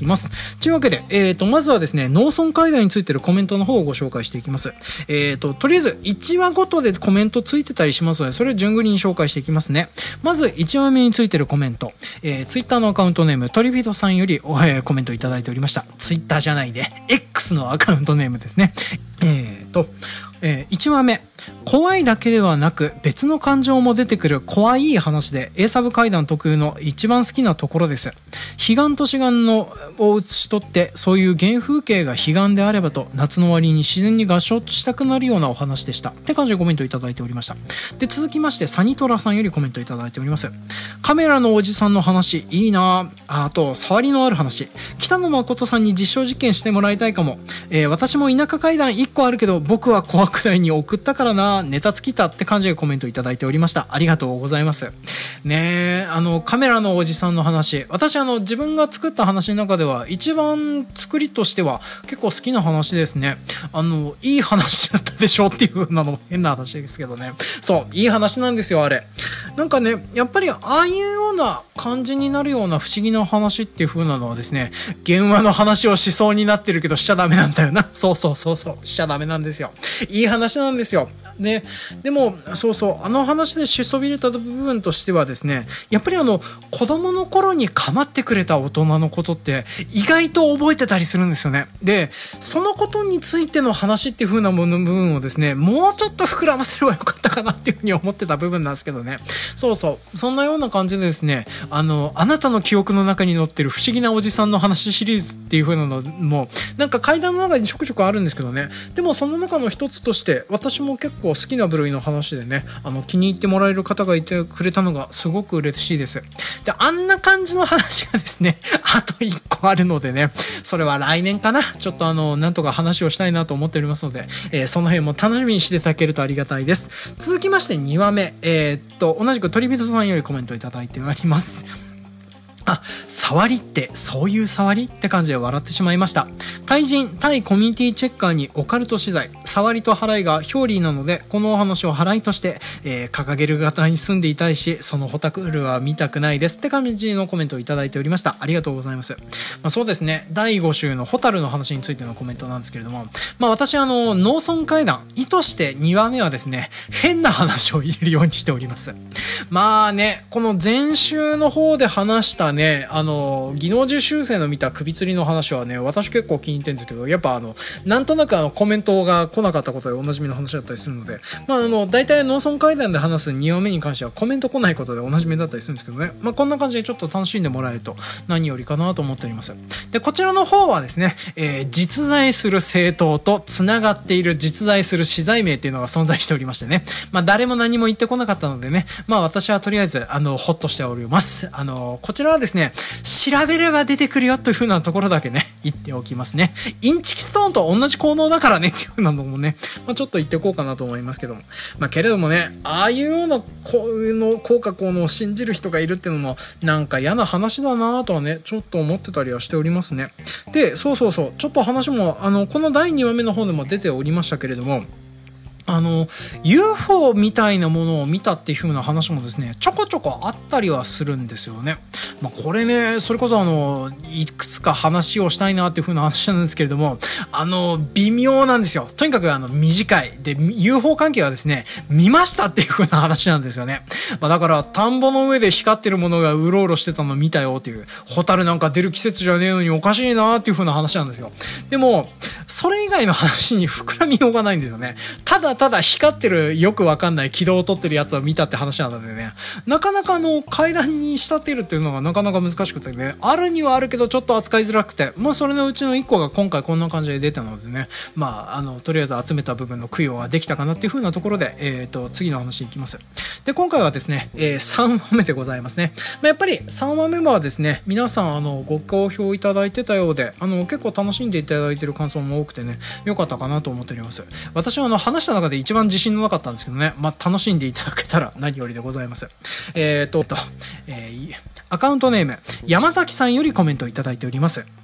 きます。というわけで、まずはですね、農村階段についてるコメントの方をご紹介していきます。とりあえず、1話ごとでコメントついてたりしますので、それを順繰りに紹介していきますね。まず、1話目についてるコメント。ツイッターのアカウントネーム、トリビトさんよりコメントいただいておりました。ツイッターじゃないで、X のアカウントネームですね。1話目。怖いだけではなく別の感情も出てくる怖い話で A サブ階段特有の一番好きなところです。彼岸と志願のを写し取ってそういう原風景が彼岸であればと夏の終わりに自然に合唱したくなるようなお話でしたって感じでコメントいただいておりました。で続きましてサニトラさんよりコメントいただいております。カメラのおじさんの話いいなあ。あと触りのある話、北野誠さんに実証実験してもらいたいかも。私も田舎階段1個あるけど僕は怖くないに送ったからな、ネタ尽きたって感じでコメントいただいておりました。ありがとうございます。ねえ、カメラのおじさんの話、私自分が作った話の中では一番作りとしては結構好きな話ですね。いい話だったでしょっていう風なのも変な話ですけどね。そう、いい話なんですよ、あれ。なんかね、やっぱりああいうような感じになるような不思議な話っていう風なのはですね、現話の話をしそうになってるけどしちゃダメなんだよな。そう、しちゃダメなんですよ。いい話なんですよ。ね、でもあの話でしそびれた部分としてはですね、やっぱり子供の頃に構ってくれた大人のことって意外と覚えてたりするんですよね。でそのことについての話っていう風な部分をですね、もうちょっと膨らませればよかったかなっていう風に思ってた部分なんですけどね。そんなような感じでですね、あなたの記憶の中に載ってる不思議なおじさんの話シリーズっていう風なのもなんか階段の中にちょくちょくあるんですけどね。でもその中の一つとして私も結構好きな部類の話でね、気に入ってもらえる方がいてくれたのがすごく嬉しいです。であんな感じの話がですねあと1個あるのでね、それは来年かな、ちょっとなんとか話をしたいなと思っておりますので、その辺も楽しみにしていただけるとありがたいです。続きまして2話目、同じく鳥人さんよりコメントいただいております。触りってそういう触りって感じで笑ってしまいました。対コミュニティチェッカーにオカルト資材、触りと払いが表裏なのでこのお話を払いとして、掲げる方に住んでいたいし、そのホタクールは見たくないですって感じのコメントをいただいておりました。ありがとうございます。そうですね、第5週のホタルの話についてのコメントなんですけれども、私農村階段意図して2話目はですね、変な話を入れるようにしております。この前週の方で話したね、技能実習生の見た首吊りの話はね、私結構気に入ってるんですけど、やっぱなんとなくコメントが来なかったことでおなじみの話だったりするので、大体農村階段で話す2話目に関してはコメント来ないことでおなじみだったりするんですけどね、こんな感じでちょっと楽しんでもらえると何よりかなと思っております。で、こちらの方はですね、実在する政党と繋がっている実在する資材名っていうのが存在しておりましてね、誰も何も言ってこなかったのでね、私はとりあえずホッとしております。こちらはですね、調べれば出てくるよという風なところだけね言っておきますね。インチキストーンと同じ効能だからねっていう風なのもね、ちょっと言っておこうかなと思いますけども、けれどもね、ああいうようなこういうの効果効能を信じる人がいるっていうのもなんか嫌な話だなとはね、ちょっと思ってたりはしておりますね。でちょっと話もこの第2話目の方でも出ておりましたけれども、UFO みたいなものを見たっていう風な話もですね、ちょこちょこあったりはするんですよね。これね、それこそいくつか話をしたいなっていう風な話なんですけれども、微妙なんですよ。とにかく短い。で、UFO 関係はですね、見ましたっていう風な話なんですよね。だから、田んぼの上で光ってるものがうろうろしてたの見たよっていう、ホタルなんか出る季節じゃねえのにおかしいなっていう風な話なんですよ。でも、それ以外の話に膨らみようがないんですよね。ただ光ってるよくわかんない軌道を取ってるやつを見たって話なのでね、なかなか階段に仕立てるっていうのがなかなか難しくてね、あるにはあるけどちょっと扱いづらくて、それのうちの1個が今回こんな感じで出たのでね、とりあえず集めた部分の供養はできたかなっていう風なところで、次の話いきます。で、今回はですね、3話目でございますね。やっぱり3話目はですね、皆さんご好評いただいてたようで、結構楽しんでいただいてる感想も多くてね、良かったかなと思っております。私は話した中で一番自信のなかったんですけどね、楽しんでいただけたら何よりでございます。アカウントネーム山崎さんよりコメントいただいております。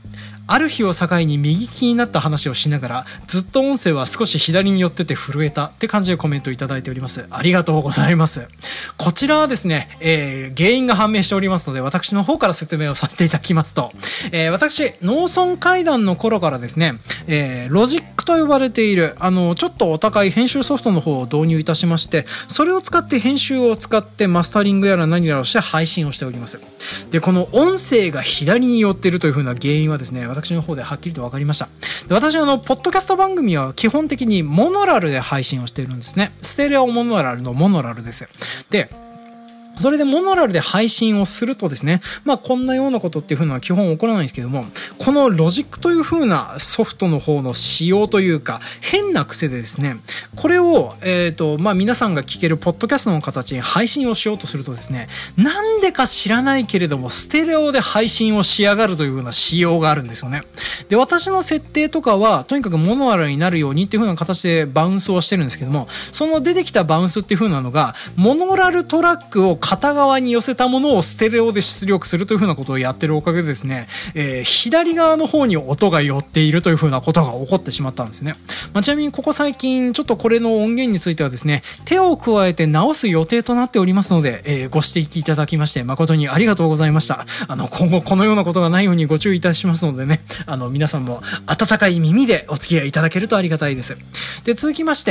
ある日を境に右利きになった話をしながら、ずっと音声は少し左に寄ってて震えたって感じでコメントいただいております。ありがとうございます。こちらはですね、原因が判明しておりますので、私の方から説明をさせていただきますと、私、農村怪談の頃からですね、ロジックと呼ばれている、ちょっとお高い編集ソフトの方を導入いたしまして、それを使って編集を使ってマスタリングやら何やらをして配信をしております。で、この音声が左に寄っているという風な原因はですね、私の方ではっきりと分かりました。で、私ポッドキャスト番組は基本的にモノラルで配信をしているんですね。ステレオモノラルのモノラルです。で、それでモノラルで配信をするとですね、こんなようなことっていう風なのは基本起こらないんですけども、このロジックという風なソフトの方の仕様というか、変な癖でですね、これを、皆さんが聞けるポッドキャストの形に配信をしようとするとですね、なんでか知らないけれども、ステレオで配信をしやがるという風な仕様があるんですよね。で、私の設定とかは、とにかくモノラルになるようにっていう風な形でバウンスをしてるんですけども、その出てきたバウンスっていう風なのが、モノラルトラックを片側に寄せたものをステレオで出力するという風なことをやってるおかげでですね、左側の方に音が寄っているという風なことが起こってしまったんですね。ちなみにここ最近ちょっとこれの音源についてはですね、手を加えて直す予定となっておりますので、ご指摘いただきまして誠にありがとうございました。今後このようなことがないようにご注意いたしますのでね、皆さんも温かい耳でお付き合いいただけるとありがたいです。で、続きまして、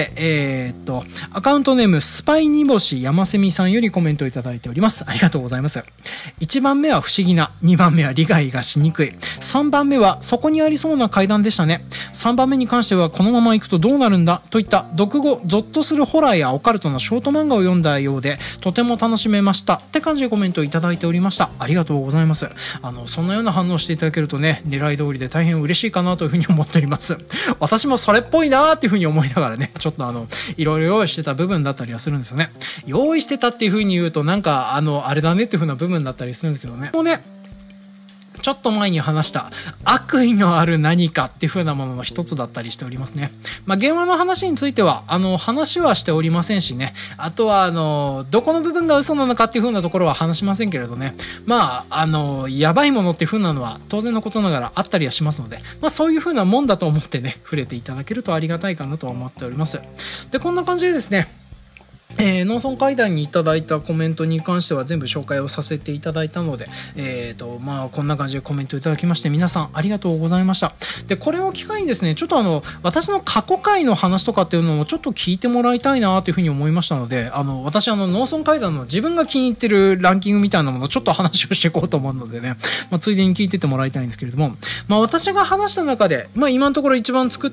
アカウントネームスパイ煮干し山瀬美さんよりコメントいただいております。ありがとうございます。1番目は不思議な、2番目は理解がしにくい、3番目はそこにありそうな階段でしたね。3番目に関してはこのまま行くとどうなるんだといった読後ゾッとするホラーやオカルトなショート漫画を読んだようで、とても楽しめましたって感じでコメントいただいておりました。ありがとうございます。そんなような反応していただけるとね、狙い通りで大変嬉しいかなというふうに思っております。私もそれっぽいなーっていうふうに思いながらね、ちょっといろいろ用意してた部分だったりはするんですよね。用意してたっていうふうに言うとなんかあれだねっていう風な部分だったりするんですけどね。もうね、ちょっと前に話した悪意のある何かっていう風なものの一つだったりしておりますね。現話の話については話はしておりませんしね、あとはどこの部分が嘘なのかっていう風なところは話しませんけれどね、やばいものっていう風なのは当然のことながらあったりはしますので、そういう風なもんだと思ってね、触れていただけるとありがたいかなと思っております。で、こんな感じでですね、農村会談にいただいたコメントに関しては全部紹介をさせていただいたので、こんな感じでコメントいただきまして皆さんありがとうございました。で、これを機会にですね、ちょっと私の過去回の話とかっていうのをちょっと聞いてもらいたいなというふうに思いましたので、私農村会談の自分が気に入ってるランキングみたいなものをちょっと話をしていこうと思うのでね、ついでに聞いてってもらいたいんですけれども、私が話した中で、今のところ一番作って、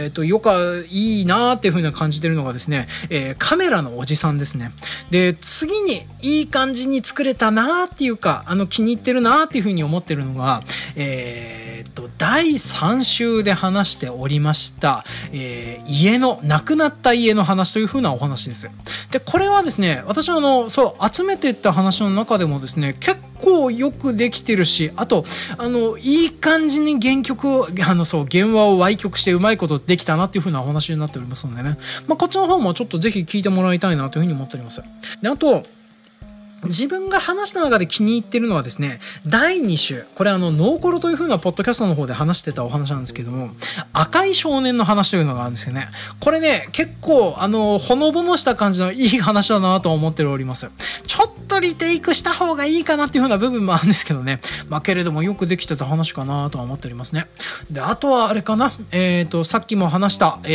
いいなっていうふうな感じてるのがですね、カメラのおじさんですね。で、次にいい感じに作れたなーっていうか、気に入ってるなーっていうふうに思ってるのが、第3週で話しておりました、亡くなった家の話というふうなお話です。で、これはですね、私は集めていった話の中でもですね、結構よくできてるし、あといい感じに原曲を原話を歪曲してうまいことできたなっていう風なお話になっておりますのでね、こっちの方もちょっとぜひ聞いてもらいたいなという風に思っております。で、あと自分が話した中で気に入ってるのはですね、第2週。これノーコロという風なポッドキャストの方で話してたお話なんですけども、赤い少年の話というのがあるんですよね。これね、結構ほのぼのした感じのいい話だなと思っております。ちょっとリテイクした方がいいかなっていう風な部分もあるんですけどね。けれどもよくできてた話かなとは思っておりますね。で、あとはあれかな。さっきも話した、第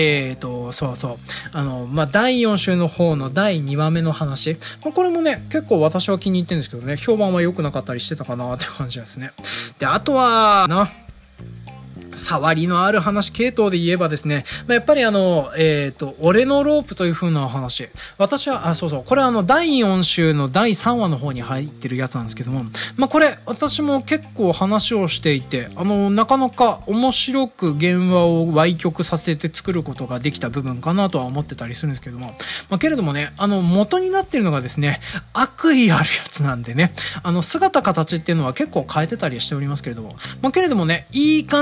4週の方の第2話目の話。これもね、結構私は気に入ってるんですけどね、評判は良くなかったりしてたかなって感じですね。で、あとは触りのある話系統で言えばですね、やっぱり俺のロープという風な話。私は、これ第4週の第3話の方に入ってるやつなんですけども、これ、私も結構話をしていて、なかなか面白く原話を歪曲させて作ることができた部分かなとは思ってたりするんですけども、けれどもね、元になってるのがですね、悪意あるやつなんでね、姿形っていうのは結構変えてたりしておりますけれども、けれどもね、いい感じに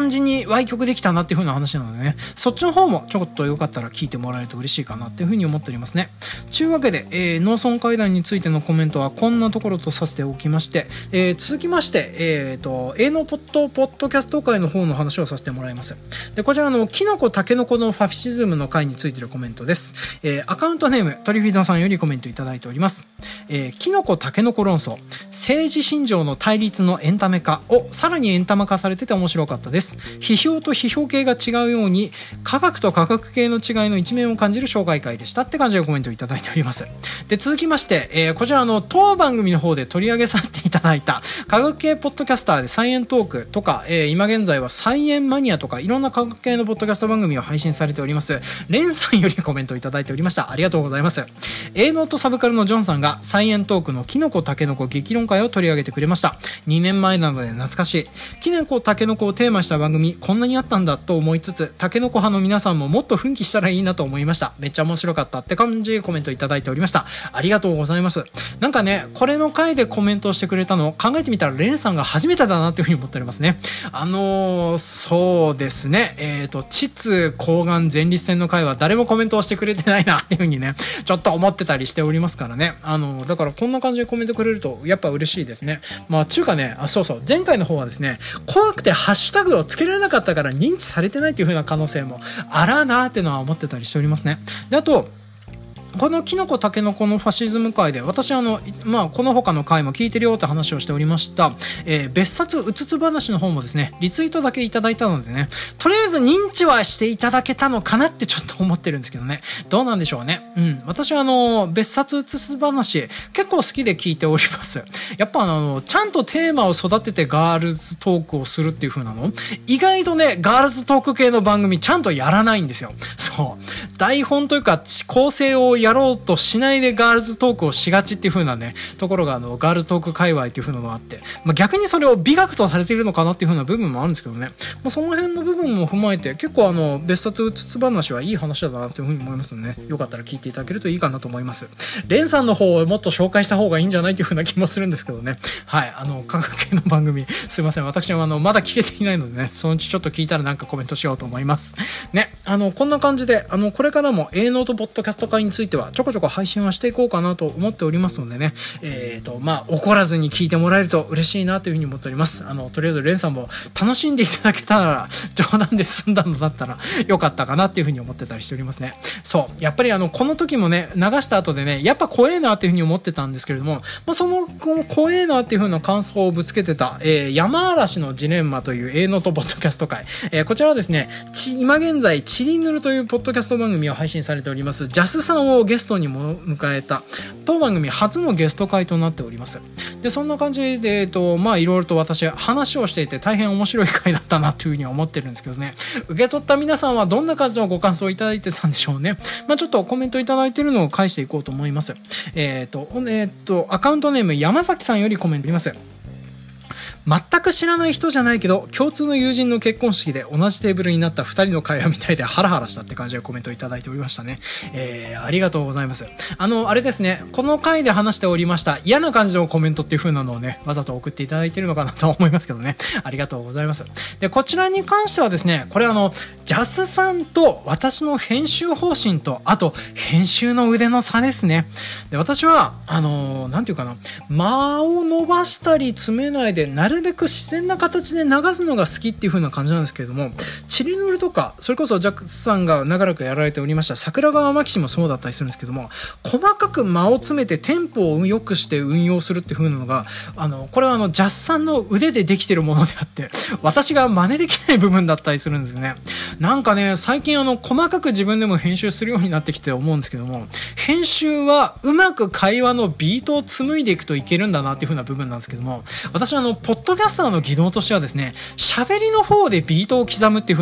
に歪曲できたなっていう風な話なのでね、そっちの方もちょっとよかったら聞いてもらえると嬉しいかなっていう風に思っておりますね。というわけで、農村会談についてのコメントはこんなところとさせておきまして、続きまして、営農ポッドキャスト会の方の話をさせてもらいます。で、こちらキノコタケノコのファシズムの回についてのコメントです。アカウントネームトリフィードさんよりコメントいただいております。キノコタケノコ論争、政治信条の対立のエンタメ化をさらにエンタメ化されてて面白かったです。批評と批評系が違うように科学と科学系の違いの一面を感じる紹介会でしたって感じでコメントいただいております。で、続きまして、こちら当番組の方で取り上げさせていただいた科学系ポッドキャスターでサイエントークとか、今現在はサイエンマニアとかいろんな科学系のポッドキャスト番組を配信されておりますレンさんよりコメントいただいておりました。ありがとうございます。営農とサブカルのジョンさんがサイエントークのキノコタケノコ激論会を取り上げてくれました。2年前なので懐かしい。キノコタケノコをテーマした番組こんなにあったんだと思いつつ、タケノコ派の皆さんももっと奮起したらいいなと思いました。めっちゃ面白かったって感じでコメントいただいておりました。ありがとうございます。なんかね、これの回でコメントをしてくれたのを考えてみたらレンさんが初めてだなっていうふうに思っておりますね。そうですね、膣睾丸前立腺の回は誰もコメントをしてくれてないなっていうふうにね、ちょっと思ってたりしておりますからね。だからこんな感じでコメントくれるとやっぱ嬉しいですね。まあ中華ね、そうそう、前回の方はですね、怖くてハッシュタグをつけられなかったから認知されてないっていう風な可能性もあらなーっていうのは思ってたりしておりますね。で、あとこのキノコタケノコのファシズム回で私この他の回も聞いてるよって話をしておりました、別冊うつつ話の方もですねリツイートだけいただいたのでね、とりあえず認知はしていただけたのかなってちょっと思ってるんですけどね、どうなんでしょうね。私は別冊うつつ話結構好きで聞いております。やっぱちゃんとテーマを育ててガールズトークをするっていう風なの意外とね、ガールズトーク系の番組ちゃんとやらないんですよ。そう台本というか構成をやろうとしないでガールズトークをしがちっていう風なねところがガールズトーク界隈っていう風なのがあって、逆にそれを美学とされているのかなっていう風な部分もあるんですけどね、その辺の部分も踏まえて結構別冊うつつ話はいい話だなという風に思いますのでね、よかったら聞いていただけるといいかなと思います。レンさんの方をもっと紹介した方がいいんじゃないという風な気もするんですけどね。はい、科学系の番組すいません、私はまだ聞けていないのでね、そのうちちょっと聞いたらなんかコメントしようと思いますね。こんな感じでこれからも営農とポッドキャスト会についてはちょこちょこ配信はしていこうかなと思っておりますのでね、怒らずに聞いてもらえると嬉しいなというふうに思っております。とりあえずレンさんも楽しんでいただけたら冗談で済んだのだったらよかったかなっていうふうに思ってたりしておりますね。そう、やっぱりこの時もね流した後でね、やっぱ怖えなっていうふうに思ってたんですけれども、その怖えなっていうふうな感想をぶつけてた、山嵐のジレンマという営農とポッドキャスト会、こちらはですね、今現在チリヌルというポッドキャスト番組を配信されておりますジャスさんをゲストにも迎えた当番組初のゲスト会となっております。で、そんな感じでいろいろと私話をしていて大変面白い回だったなというふうに思ってるんですけどね、受け取った皆さんはどんな感じのご感想をいただいてたんでしょうね。ちょっとコメントいただいているのを返していこうと思います。アカウントネーム山崎さんよりコメントあります。全く知らない人じゃないけど共通の友人の結婚式で同じテーブルになった2人の会話みたいでハラハラしたって感じでコメントいただいておりましたね。ありがとうございます。あれですね、この回で話しておりました嫌な感じのコメントっていう風なのをねわざと送っていただいているのかなと思いますけどね、ありがとうございます。で、こちらに関してはですね、これジャスさんと私の編集方針とあと編集の腕の差ですね。で、私はなんていうかな、間を伸ばしたり詰めないでなるべく自然な形で流すのが好きっていう風な感じなんですけれども、チリヌルとかそれこそジャックさんが長らくやられておりました桜川マキシもそうだったりするんですけども、細かく間を詰めてテンポを良くして運用するっていう風なのがこれはジャスさんの腕でできてるものであって私が真似できない部分だったりするんですね。なんかね、最近細かく自分でも編集するようになってきて思うんですけども、編集はうまく会話のビートを紡いでいくといけるんだなっていう風な部分なんですけども、私ポッドキャスターの技能としてはですね、喋りの方でビートを刻むっていう風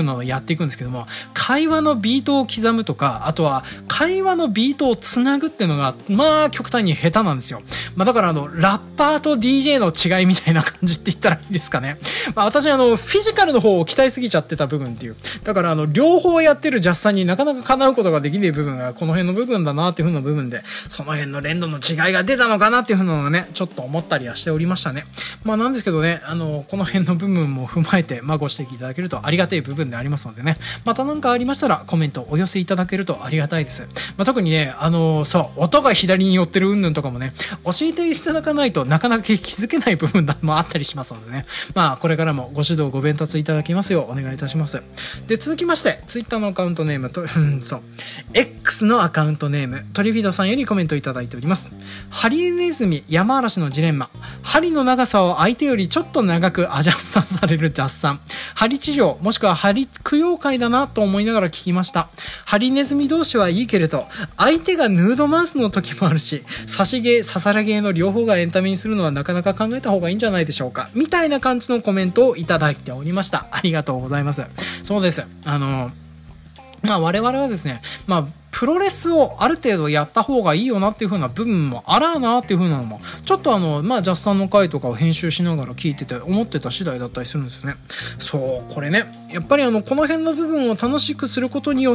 風なのをやっていくんですけども、会話のビートを刻むとか、あとは会話のビートをつなぐっていうのが、まあ極端に下手なんですよ。まあだからラッパーと DJ の違いみたいな感じって言ったらいいんですかね。まあ私フィジカルの方を鍛えすぎちゃってた部分っていう。だから両方やってるジャスさんになかなか叶うことができない部分がこの辺の部分だなっていう風な部分で、その辺の連動の違いが出たのかなっていう風なのをね、ちょっと思ったりはしておりましたね。まあなんですけどね、この辺の部分も踏まえて、まあご指摘いただけるとありがたい部分でありますのでね、また何かありましたらコメントお寄せいただけるとありがたいです。まあ特にね、音が左に寄ってる云々とかもね、教えていただかないとなかなか気づけない部分もあったりしますのでね、まあこれからもご指導ご鞭撻いただきますようお願いいたします。で、続きまして、Twitter のアカウントネームと、X のアカウントネーム、トリフィドさんよりコメントいただいております。ハリネズミ山嵐のジレンマ。針の長さを相手よりちょっと長くアジャストされるジャスさん。針治療、もしくは針供養会だなと思いながら聞きました。ハリネズミ同士はいいけれど、相手がヌードマウスの時もあるし、差し芸、ささら芸の両方がエンタメにするのはなかなか考えた方がいいんじゃないでしょうか。みたいな感じのコメントをいただいておりました。ありがとうございます。そうです。まあ我々はですね、まあプロレスをある程度やった方がいいよなっていう風な部分もあらーなっていう風なのも、ちょっとまあジャスさんの回とかを編集しながら聞いてて思ってた次第だったりするんですよね。そう、これね、やっぱりこの辺の部分を楽しくすることによって、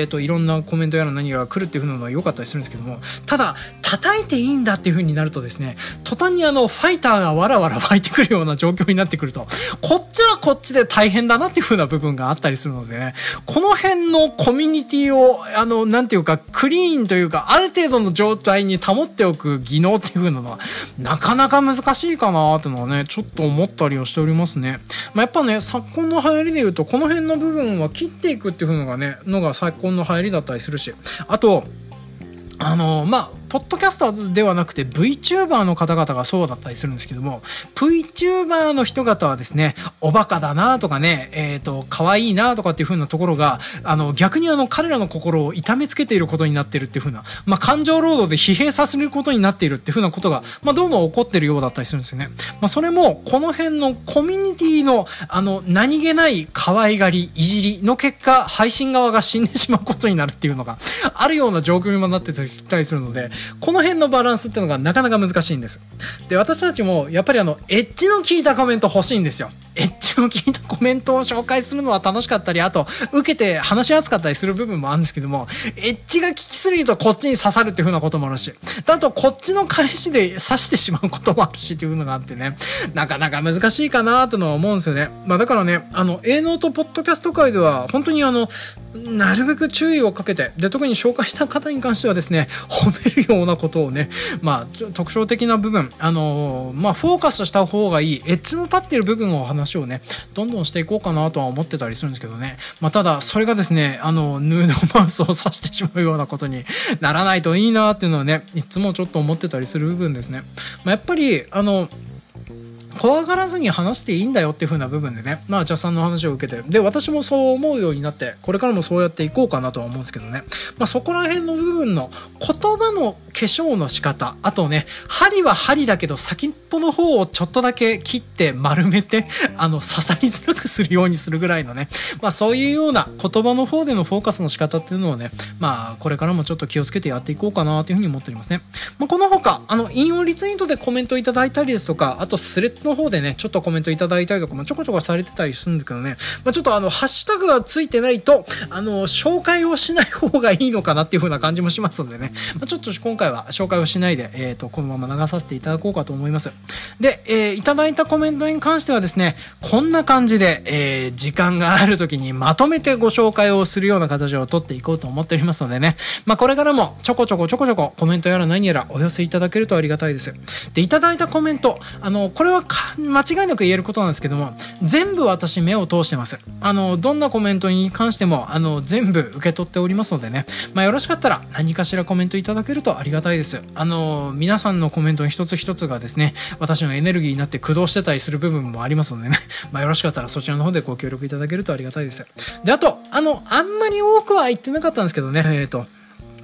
いろんなコメントやら何が来るっていう風なのは良かったりするんですけども、ただ、叩いていいんだっていう風になるとですね、途端にファイターがわらわら湧いてくるような状況になってくると、こっちはこっちで大変だなっていう風な部分があったりするのでね、この辺のコミュニティを、なんていうか、クリーンというか、ある程度の状態に保っておく技能っていう風なのは、なかなか難しいかなっていうのはね、ちょっと思ったりをしておりますね。まあ、やっぱね、昨今の流行りで言うと、この辺の部分は切っていくっていう風のが昨今の流行りだったりするし、あと、まあ、ポッドキャスターではなくて VTuber の方々がそうだったりするんですけども、VTuber の人々はですね、おバカだなとかね、可愛いなとかっていう風なところが、逆に彼らの心を痛めつけていることになっているっていう風な、まあ、感情労働で疲弊させることになっているっていう風なことが、まあ、どうも起こってるようだったりするんですよね。まあ、それも、この辺のコミュニティの、何気ない可愛がり、いじりの結果、配信側が死んでしまうことになるっていうのが、あるような状況にもなってたりするので、この辺のバランスっていうのがなかなか難しいんです。で、私たちもやっぱりエッジの効いたコメント欲しいんですよ。エッジの効いたコメントを紹介するのは楽しかったり、あと、受けて話しやすかったりする部分もあるんですけども、エッジが効きすぎるとこっちに刺さるっていう風なこともあるし、あとこっちの返しで刺してしまうこともあるしっていうのがあってね、なかなか難しいかなというのは思うんですよね。まあだからね、営農とポッドキャスト界では、本当になるべく注意をかけて、で、特に紹介した方に関してはですね、褒めるようなことをね、まあ、特徴的な部分、まあ、フォーカスした方がいい、エッジの立っている部分を話をね、どんどんしていこうかなとは思ってたりするんですけどね。まあ、ただ、それがですね、ヌードマウスを刺してしまうようなことにならないといいなっていうのはね、いつもちょっと思ってたりする部分ですね。まあ、やっぱり、怖がらずに話していいんだよっていう風な部分でね、まあ、ジャスさんの話を受けて、で、私もそう思うようになって、これからもそうやっていこうかなとは思うんですけどね。まあ、そこら辺の部分の言葉の化粧の仕方、あとね、針は針だけど先っぽの方をちょっとだけ切って丸めて、刺さりづらくするようにするぐらいのね、まあ、そういうような言葉の方でのフォーカスの仕方っていうのをね、まあ、これからもちょっと気をつけてやっていこうかなという風に思っておりますね。まあ、この他、引用リツイートでコメントいただいたりですとか、あとスレッズの方でね、ちょっとコメントいただいたりとかもちょこちょこされてたりするんですけどね、まあ、ちょっとハッシュタグがついてないと、紹介をしない方がいいのかなっていう風な感じもしますのでね、まあ、ちょっと今回は紹介をしないで、このまま流させていただこうかと思います。で、いただいたコメントに関してはですね、こんな感じで、時間がある時にまとめてご紹介をするような形を取っていこうと思っておりますのでね、まあ、これからもちょこちょこコメントやら何やらお寄せいただけるとありがたいです。で、いただいたコメント、これは間違いなく言えることなんですけども、全部私目を通してます。どんなコメントに関しても、全部受け取っておりますのでね、まあ、よろしかったら何かしらコメントいただけるとありがたいです。皆さんのコメントの一つ一つがですね、私のエネルギーになって駆動してたりする部分もありますのでね、まあ、よろしかったらそちらの方でご協力いただけるとありがたいです。で、あと、あんまり多くは言ってなかったんですけどね、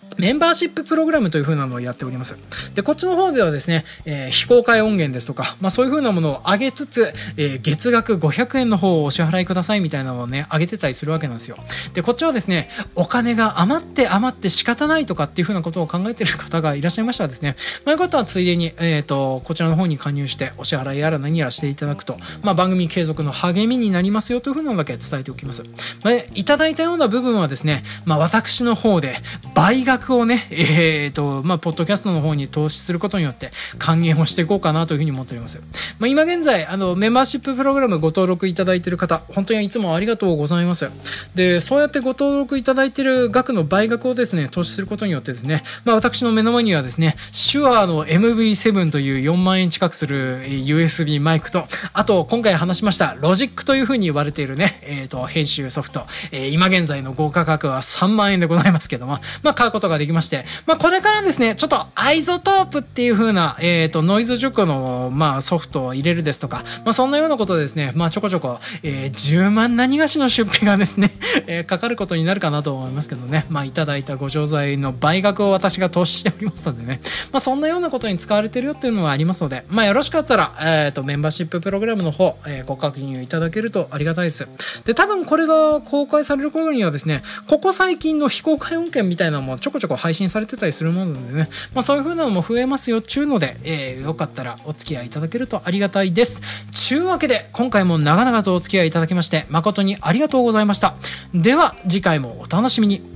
メンバーシッププログラムという風なのをやっております。で、こっちの方ではですね、非公開音源ですとか、そういう風なものを上げつつ、月額500円の方をお支払いくださいみたいなのをね、上げてたりするわけなんですよ。で、こっちはですね、お金が余って仕方ないとかっていう風なことを考えている方がいらっしゃいましたらですね、いうことはついでに、こちらの方に加入してお支払いやら何やらしていただくと、番組継続の励みになりますよという風なのだけ伝えておきます。いただいたような部分はですね、私の方で倍額をね、ポッドキャストの方に投資することによって還元をしていこうかなというふうに思っております。今現在、メンバーシッププログラムご登録いただいている方、本当にいつもありがとうございます。で、そうやってご登録いただいている額の倍額をですね、投資することによってですね、私の目の前にはですね、手話の MV7 という4万円近くする USB マイクと、あと、今回話しました、ロジックというふうに言われているね、編集ソフト、今現在の合価格は3万円でございますけども、買うことができまして、これからですね、ちょっとアイゾトープっていう風な、ノイズ除去の、ソフトを入れるですとか、そんなようなことでですね、ちょこちょこ、10万何がしの出費がですね、かかることになるかなと思いますけどね、いただいたご錠剤の倍額を私が投資しておりますのでね、そんなようなことに使われてるよっていうのがありますので、よろしかったら、メンバーシッププログラムの方、ご確認いただけるとありがたいです。で、多分これが公開される頃にはですね、ここ最近の非公開音源みたいなのもちょこちょこ配信されてたりするものなのでね、そういう風なのも増えますよっちゅうので、よかったらお付き合いいただけるとありがたいです。ちゅうわけで今回も長々とお付き合いいただきまして誠にありがとうございました。では次回もお楽しみに。